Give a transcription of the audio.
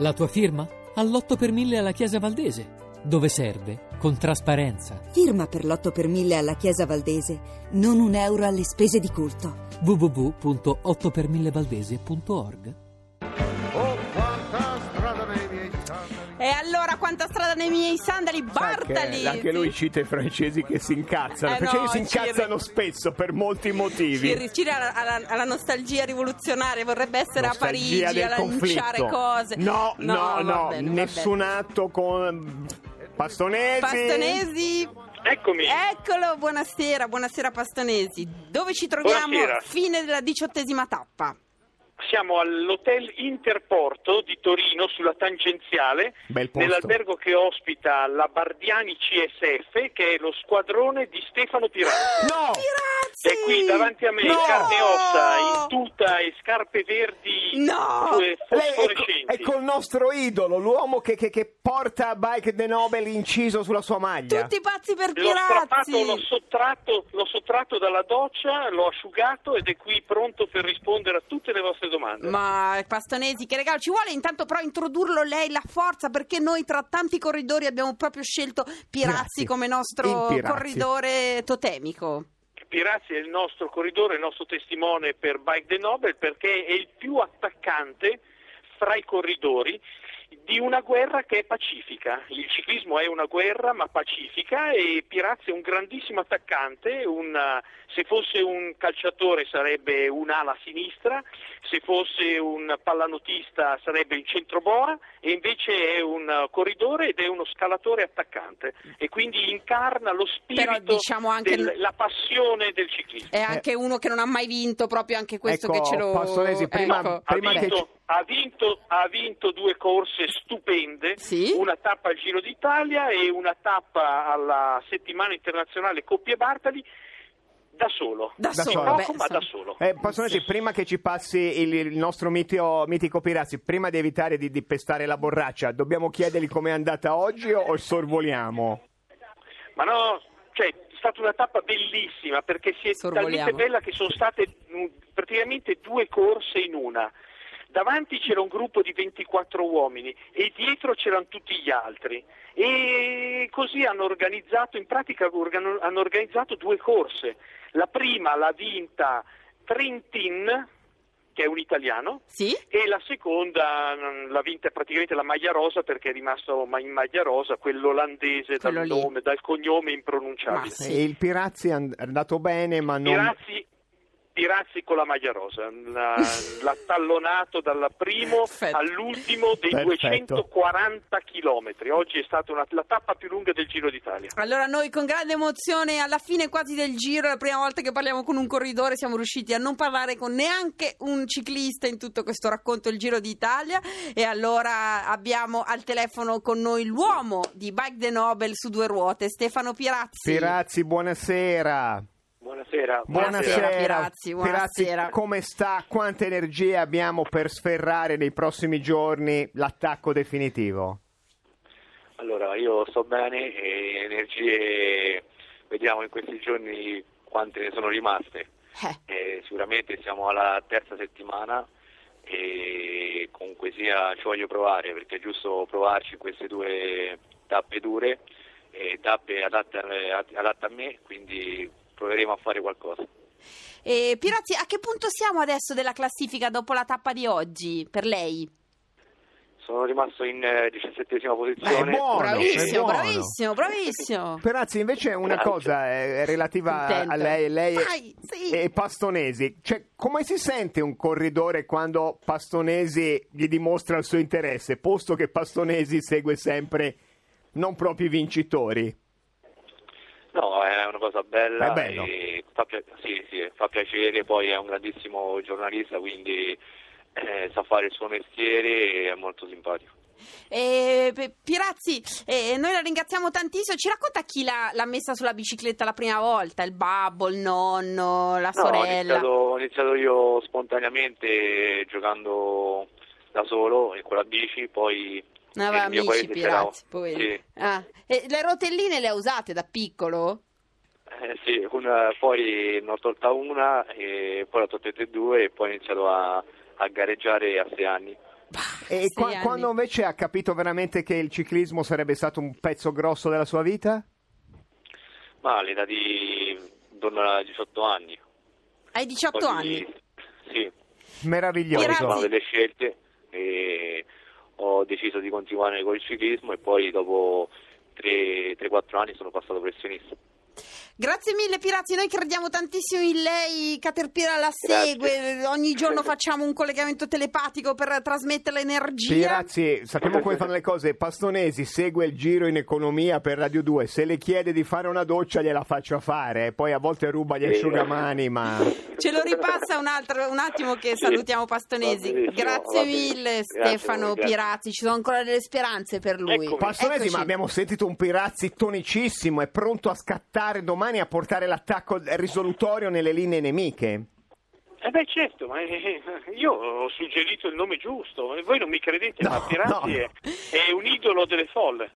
La tua firma? All'8 per 1000 alla Chiesa Valdese, dove serve con trasparenza. Firma per l'8 per 1000 alla Chiesa Valdese, non €1 alle spese di culto. www.8per1000valdese.org. E allora, quanta strada nei miei sandali, Bartali! Anche lui cita i francesi che si incazzano. I francesi si incazzano spesso per molti motivi. Ci alla nostalgia rivoluzionaria, vorrebbe essere Nostalgia a Parigi, a lanciare cose. No, va bene, nessun atto con Pastonesi. Eccomi. Eccolo, buonasera Pastonesi. Dove ci troviamo? Buonasera. Fine della 18ª tappa. Siamo all'Hotel Interporto di Torino, sulla tangenziale, Bel posto. nell'albergo che ospita la Bardiani CSF, che è lo squadrone di Stefano Pirazzi. No! Pirazzi! Che è qui davanti a me, carne e ossa, in tuta e scarpe verdi fosforescenti. È col nostro idolo, l'uomo che porta Bike the Nobel inciso sulla sua maglia. Tutti pazzi per L'ho strappato, Pirazzi! l'ho sottratto dalla doccia, l'ho asciugato ed è qui pronto per rispondere a tutte le vostre domande. Ma Pastonesi, che regalo ci vuole? Intanto però introdurlo lei la forza, perché noi tra tanti corridori abbiamo proprio scelto Pirazzi come nostro corridore totemico. Pirazzi è il nostro corridore, il nostro testimone per Bike the Nobel, perché è il più attaccante fra i corridori di una guerra che è pacifica. Il ciclismo è una guerra ma pacifica, e Pirazzi è un grandissimo attaccante. Se fosse un calciatore sarebbe un'ala sinistra, se fosse un pallanotista sarebbe il centroboa, e invece è un corridore ed è uno scalatore attaccante, e quindi incarna lo spirito, però diciamo anche la passione del ciclismo. È anche uno che non ha mai vinto, proprio anche questo che ce lo... Pastonesi, Ha vinto 2 corse stupende, sì? Una tappa al Giro d'Italia e una tappa alla settimana internazionale Coppie Bartali, da solo. Da solo. Pastonesi, prima che ci passi il nostro mitico Pirazzi, prima di evitare di pestare la borraccia, dobbiamo chiedergli com'è andata oggi o sorvoliamo? Ma no, è stata una tappa bellissima, perché talmente bella che sono state praticamente 2 corse in una. Davanti c'era un gruppo di 24 uomini e dietro c'erano tutti gli altri, e così hanno organizzato 2 corse. La prima l'ha vinta Trentin, che è un italiano, sì? E la seconda l'ha vinta praticamente la maglia rosa, perché è rimasto in maglia rosa quell'olandese dal cognome impronunciabile. Sì. E il Pirazzi è andato bene, ma non... Pirazzi con la maglia rosa, l'ha tallonato dal primo all'ultimo dei 240 chilometri. Oggi è stata la tappa più lunga del Giro d'Italia. Allora noi con grande emozione, alla fine quasi del Giro, la prima volta che parliamo con un corridore, siamo riusciti a non parlare con neanche un ciclista in tutto questo racconto del Giro d'Italia, e allora abbiamo al telefono con noi l'uomo di Bike the Nobel su 2 ruote, Stefano Pirazzi. Pirazzi, buonasera. Buonasera Pirazzi, buonasera. Come sta? Quante energie abbiamo per sferrare nei prossimi giorni l'attacco definitivo? Allora, io sto bene, e energie vediamo in questi giorni quante ne sono rimaste. Sicuramente siamo alla 3ª settimana, e comunque sia ci voglio provare, perché è giusto provarci queste 2 tappe dure, tappe adatte a me, quindi proveremo a fare qualcosa. Pirazzi, a che punto siamo adesso della classifica dopo la tappa di oggi, per lei? Sono rimasto in 17ª posizione. Bravissimo. Pirazzi, invece una cosa è relativa a lei e Pastonesi. Come si sente un corridore quando Pastonesi gli dimostra il suo interesse, posto che Pastonesi segue sempre non proprio i vincitori? No, è una cosa bella. È bello. E fa piacere, poi è un grandissimo giornalista, quindi sa fare il suo mestiere e è molto simpatico. Pirazzi, noi la ringraziamo tantissimo. Ci racconta chi l'ha messa sulla bicicletta la prima volta? Il babbo, il nonno, la sorella? Ho iniziato io spontaneamente, giocando da solo e con la bici, poi... amici Pirazzi, poi. Sì. E le rotelline le ha usate da piccolo? Sì, poi ne ho tolta una, e poi l'ho tolte 2, e poi ho iniziato a gareggiare a 6 anni. E quando invece ha capito veramente che il ciclismo sarebbe stato un pezzo grosso della sua vita? Ma all'età di intorno a 18 anni. Hai 18 anni? Sì. Meraviglioso. Poi sono delle scelte e ho deciso di continuare con il ciclismo e poi dopo 3-4 anni sono passato professionista. Grazie mille Pirazzi, noi crediamo tantissimo in lei, Caterpillar la segue, ogni giorno facciamo un collegamento telepatico per trasmettere l'energia. Pirazzi, sappiamo come fanno le cose, Pastonesi segue il Giro in Economia per Radio 2, se le chiede di fare una doccia gliela faccio fare, poi a volte ruba gli asciugamani, ma... Ce lo ripassa un attimo che salutiamo Pastonesi. Grazie mille Stefano Pirazzi, ci sono ancora delle speranze per lui. Pastonesi, ma abbiamo sentito un Pirazzi tonicissimo, è pronto a scattare domani a portare l'attacco risolutorio nelle linee nemiche. Certo, ma io ho suggerito il nome giusto, voi non mi credete, ma Pirazzi è un idolo delle folle.